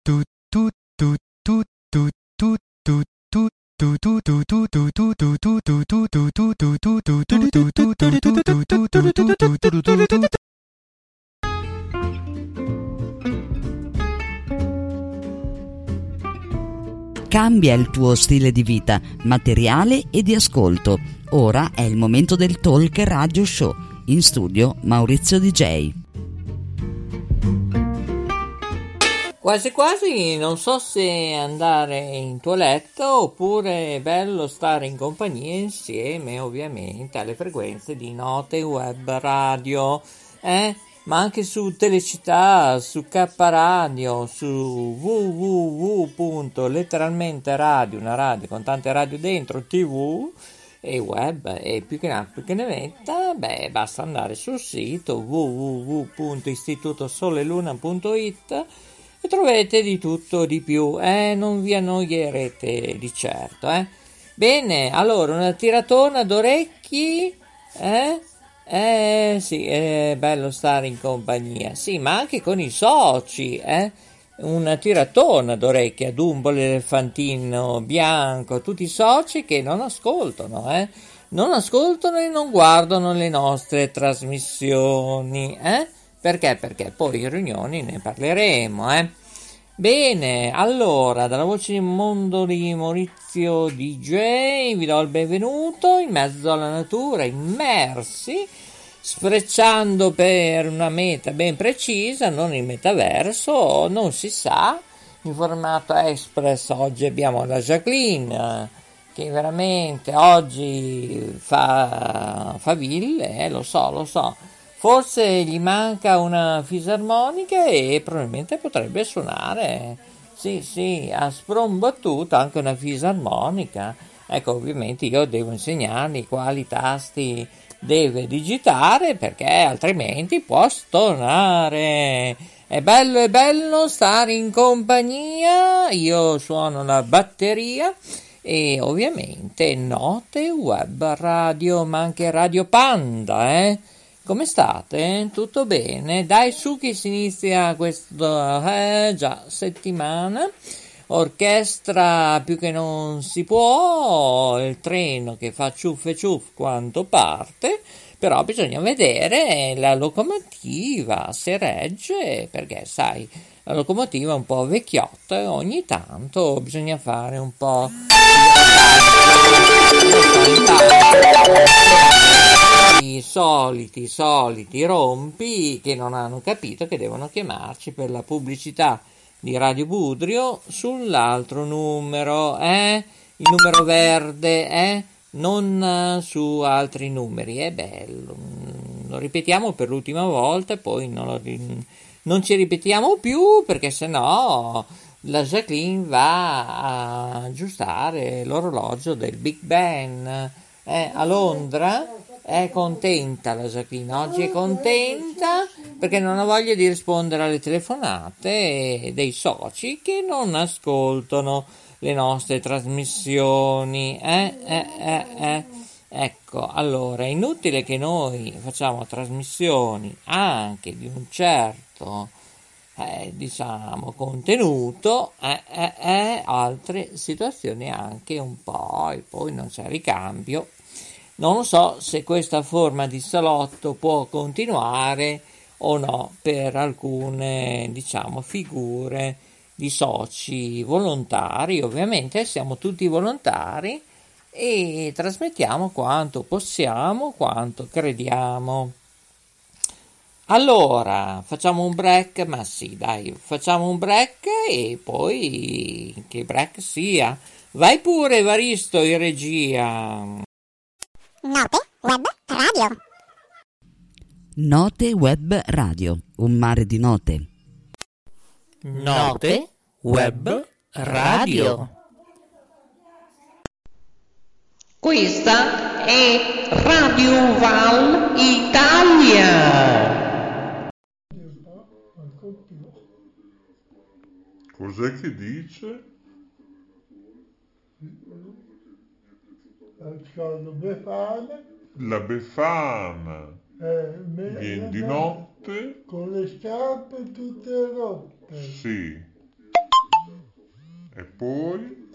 Cambia il tuo stile di vita, materiale e di ascolto. Ora è il momento del Talk Radio Show. In studio Maurizio DJ. Quasi quasi non so se andare in tualetto oppure è bello stare in compagnia insieme ovviamente alle frequenze di Note Web Radio, ma anche su Telecittà, su K Radio, su www. Letteralmente una radio con tante radio dentro, TV e web, e più che ne metta, basta andare sul sito www.istitutosoleluna.it e troverete di tutto di più, non vi annoierete di certo, Bene, allora una tiratona d'orecchi, sì, è bello stare in compagnia, sì, ma anche con i soci, una tiratona d'orecchie a Dumbo, l'elefantino bianco, tutti i soci che non ascoltano, non ascoltano e non guardano le nostre trasmissioni, Perché? Perché poi in riunioni ne parleremo, Bene, allora, dalla voce di mondo di Maurizio DJ vi do il benvenuto in mezzo alla natura, immersi, sfrecciando per una meta ben precisa, non il metaverso, non si sa. In formato express oggi abbiamo la Jacqueline, che veramente oggi fa ville, lo so. Forse gli manca una fisarmonica e probabilmente potrebbe suonare, sì, a sprombattuta anche una fisarmonica. Ecco, ovviamente io devo insegnargli quali tasti deve digitare perché altrimenti può stonare. È bello stare in compagnia, io suono la batteria e ovviamente Note Web Radio, ma anche Radio Panda, Come state? Tutto bene? Dai su che si inizia questa settimana. Orchestra più che non si può, il treno che fa ciuff e ciuff quando parte, però bisogna vedere la locomotiva se regge, perché sai, la locomotiva è un po' vecchiotta e ogni tanto bisogna fare un po' i soliti rompi che non hanno capito che devono chiamarci per la pubblicità di Radio Budrio sull'altro numero, il numero verde, non su altri numeri. È bello, lo ripetiamo per l'ultima volta, poi non ci ripetiamo più perché sennò la Jacqueline va a aggiustare l'orologio del Big Ben a Londra. È contenta la Jacqueline, oggi è contenta perché non ha voglia di rispondere alle telefonate dei soci che non ascoltano le nostre trasmissioni. Ecco, allora è inutile che noi facciamo trasmissioni anche di un certo contenuto, altre situazioni anche un po', e poi non c'è ricambio. Non so se questa forma di salotto può continuare o no per alcune, figure di soci volontari. Ovviamente siamo tutti volontari e trasmettiamo quanto possiamo, quanto crediamo. Allora, facciamo un break, ma sì, dai, facciamo un break e poi che break sia. Vai pure, Evaristo, in regia. Note Web Radio. Note Web Radio, un mare di note. Note Web Radio. Questa è Radio Val Italia. Cos'è che dice? La Befana viene di notte con le scarpe tutte rotte. Sì. E poi?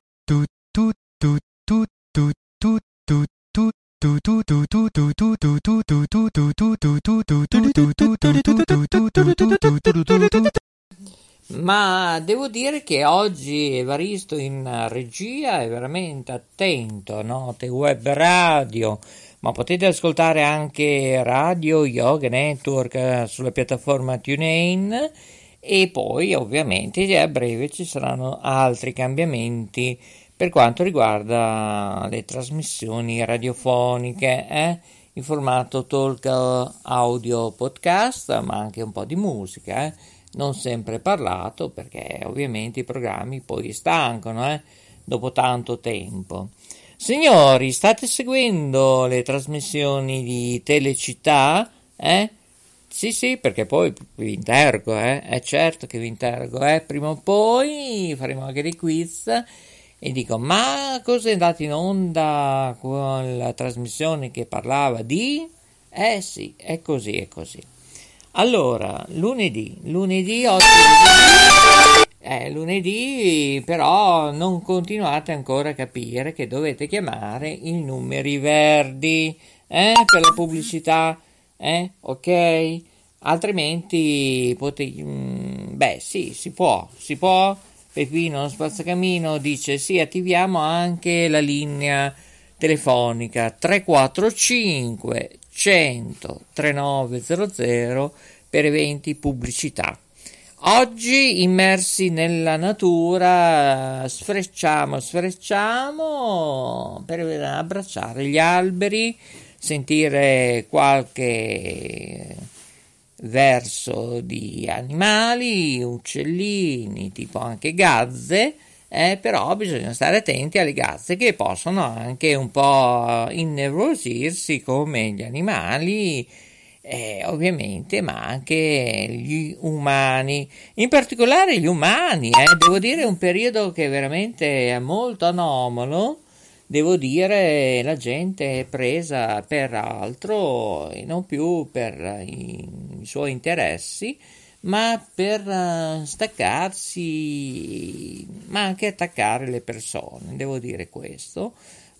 Ma devo dire che oggi Evaristo in regia è veramente attento, note web radio, ma potete ascoltare anche Radio Yoga Network sulla piattaforma TuneIn, e poi ovviamente a breve ci saranno altri cambiamenti per quanto riguarda le trasmissioni radiofoniche, in formato talk audio podcast, ma anche un po' di musica, non sempre parlato, perché ovviamente i programmi poi stancano, dopo tanto tempo. Signori, state seguendo le trasmissioni di Telecittà? Sì, perché poi vi interrogo, è certo che vi interrogo, prima o poi faremo anche dei quiz e dico, ma cosa è andato in onda con la trasmissione che parlava di? Sì, è così. Allora, lunedì oggi è lunedì, però non continuate ancora a capire che dovete chiamare i numeri verdi, per la pubblicità, ok? Altrimenti potete, sì, si può. Peppino Spazzacamino dice sì, attiviamo anche la linea telefonica 345 100 3900 per eventi pubblicità. Oggi immersi nella natura, sfrecciamo per abbracciare gli alberi, sentire qualche verso di animali, uccellini, tipo anche gazze, però bisogna stare attenti alle gazze che possono anche un po' innervosirsi come gli animali, ovviamente, ma anche gli umani, in particolare gli umani, devo dire un periodo che veramente è molto anomalo. Devo dire, la gente è presa per altro e non più per i suoi interessi, ma per staccarsi, ma anche attaccare le persone. Devo dire questo.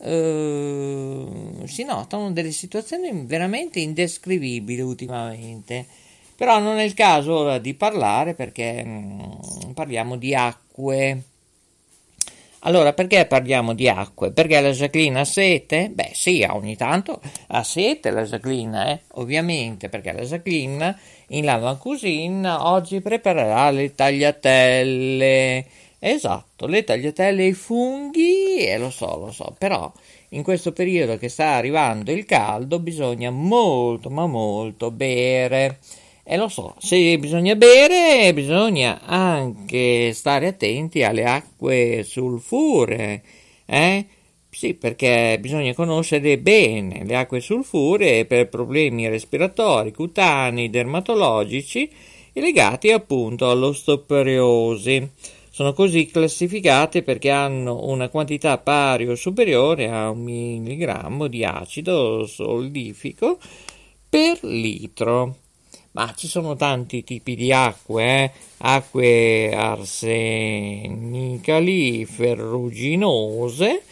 Si notano delle situazioni veramente indescrivibili ultimamente, però non è il caso ora di parlare, perché parliamo di acque. Allora, perché parliamo di acque? Perché la Jacqueline ha sete? Beh sì, ogni tanto ha sete la Jacqueline, ovviamente, perché la Jacqueline in Lava Cuisine oggi preparerà le tagliatelle. Esatto, le tagliatelle ai funghi, lo so, però in questo periodo che sta arrivando il caldo bisogna molto, ma molto bere. Lo so, se bisogna bere, bisogna anche stare attenti alle acque sulfuree, Sì, perché bisogna conoscere bene le acque sulfuree per problemi respiratori, cutanei, dermatologici e legati appunto all'osteoporosi. Sono così classificate perché hanno una quantità pari o superiore a 1 milligrammo di acido solidifico per litro. Ma ci sono tanti tipi di acque, acque arsenicali, ferruginose,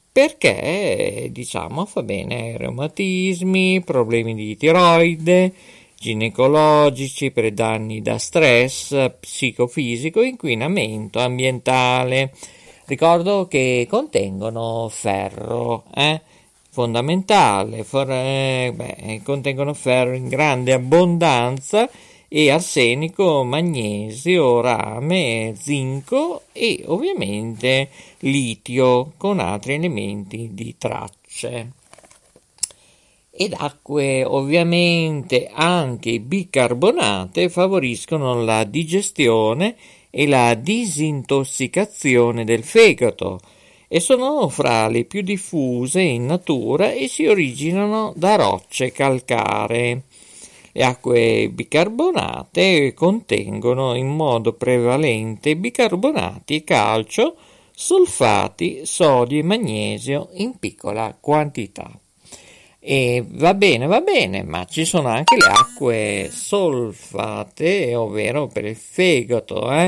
perché fa bene ai reumatismi, problemi di tiroide, ginecologici, per danni da stress psicofisico, inquinamento ambientale. Ricordo che contengono ferro, fondamentale, contengono ferro in grande abbondanza e arsenico, magnesio, rame, zinco e ovviamente litio con altri elementi di tracce. Ed acque ovviamente anche bicarbonate favoriscono la digestione e la disintossicazione del fegato e sono fra le più diffuse in natura e si originano da rocce calcaree. Le acque bicarbonate contengono in modo prevalente bicarbonati e calcio, solfati, sodio e magnesio in piccola quantità. E va bene, ma ci sono anche le acque solfate, ovvero per il fegato,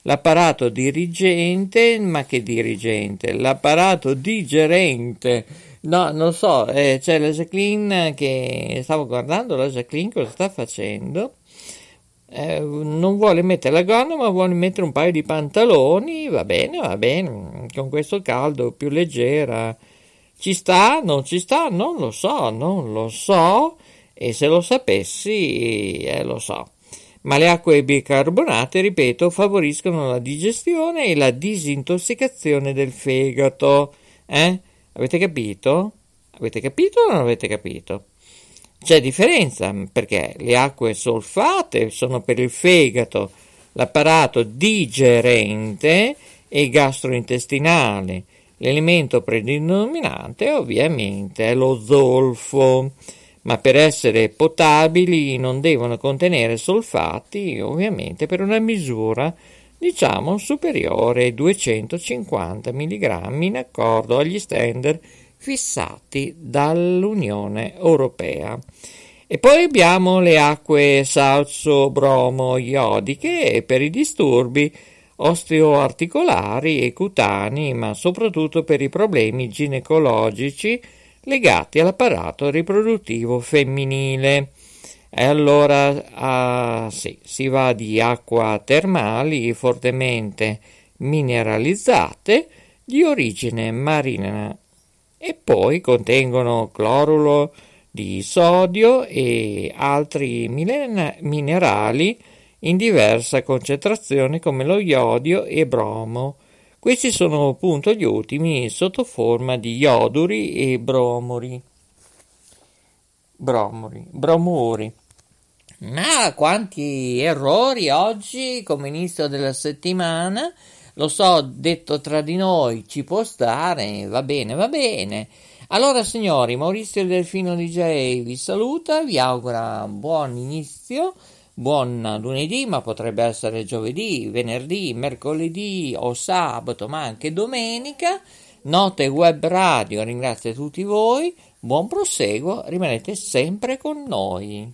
l'apparato dirigente, ma che dirigente? L'apparato digerente. No, non so, c'è la Jacqueline che stavo guardando, la Jacqueline cosa sta facendo? Non vuole mettere la gonna, ma vuole mettere un paio di pantaloni. Va bene, con questo caldo più leggera. Ci sta? Non ci sta? Non lo so, e se lo sapessi, lo so. Ma le acque bicarbonate, ripeto, favoriscono la digestione e la disintossicazione del fegato. Avete capito? Avete capito o non avete capito? C'è differenza, perché le acque solfate sono per il fegato, l'apparato digerente e gastrointestinale. L'elemento predominante ovviamente è lo zolfo, ma per essere potabili non devono contenere solfati, ovviamente per una misura, diciamo, superiore ai 250 mg in accordo agli standard fissati dall'Unione Europea. E poi abbiamo le acque salso-bromo-iodiche per i disturbi osteoarticolari e cutanei, ma soprattutto per i problemi ginecologici legati all'apparato riproduttivo femminile. E allora si va di acqua termali fortemente mineralizzate di origine marina e poi contengono cloruro di sodio e altri minerali in diversa concentrazione come lo iodio e bromo. Questi sono appunto gli ultimi sotto forma di ioduri e bromuri. Ma quanti errori oggi come inizio della settimana, lo so, detto tra di noi, ci può stare, va bene. Allora signori, Maurizio Delfino DJ vi saluta, vi augura un buon inizio, buon lunedì, ma potrebbe essere giovedì, venerdì, mercoledì o sabato, ma anche domenica. Note Web Radio ringrazia tutti voi, buon proseguo, rimanete sempre con noi.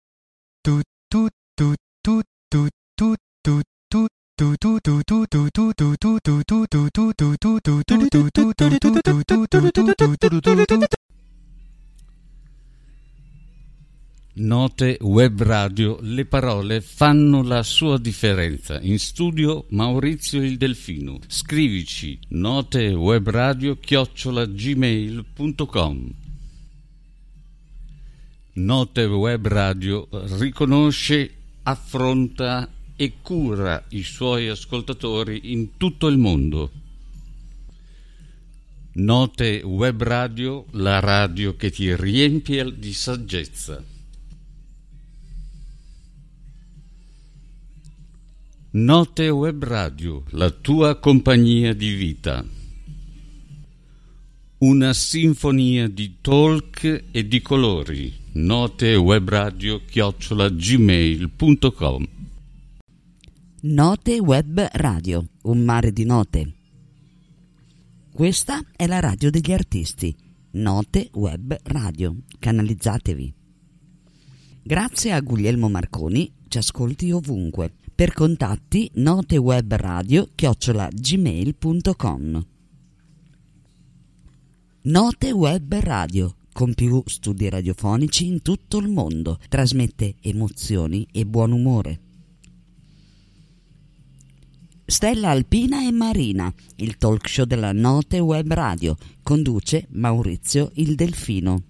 Note Web Radio, le parole fanno la sua differenza. In studio Maurizio il Delfino. Scrivici notewebradio@gmail.com. Note Web Radio riconosce, affronta e cura i suoi ascoltatori in tutto il mondo. Note Web Radio, la radio che ti riempie di saggezza. Note Web Radio, la tua compagnia di vita. Una sinfonia di talk e di colori. notewebradio@gmail.com. Note Web Radio, un mare di note. Questa è la radio degli artisti. Note Web Radio, canalizzatevi. Grazie a Guglielmo Marconi, ci ascolti ovunque. Per contatti notewebradio@gmail.com. Note Web Radio, con più studi radiofonici in tutto il mondo, trasmette emozioni e buon umore. Stella Alpina e Marina, il talk show della Note Web Radio, conduce Maurizio il Delfino.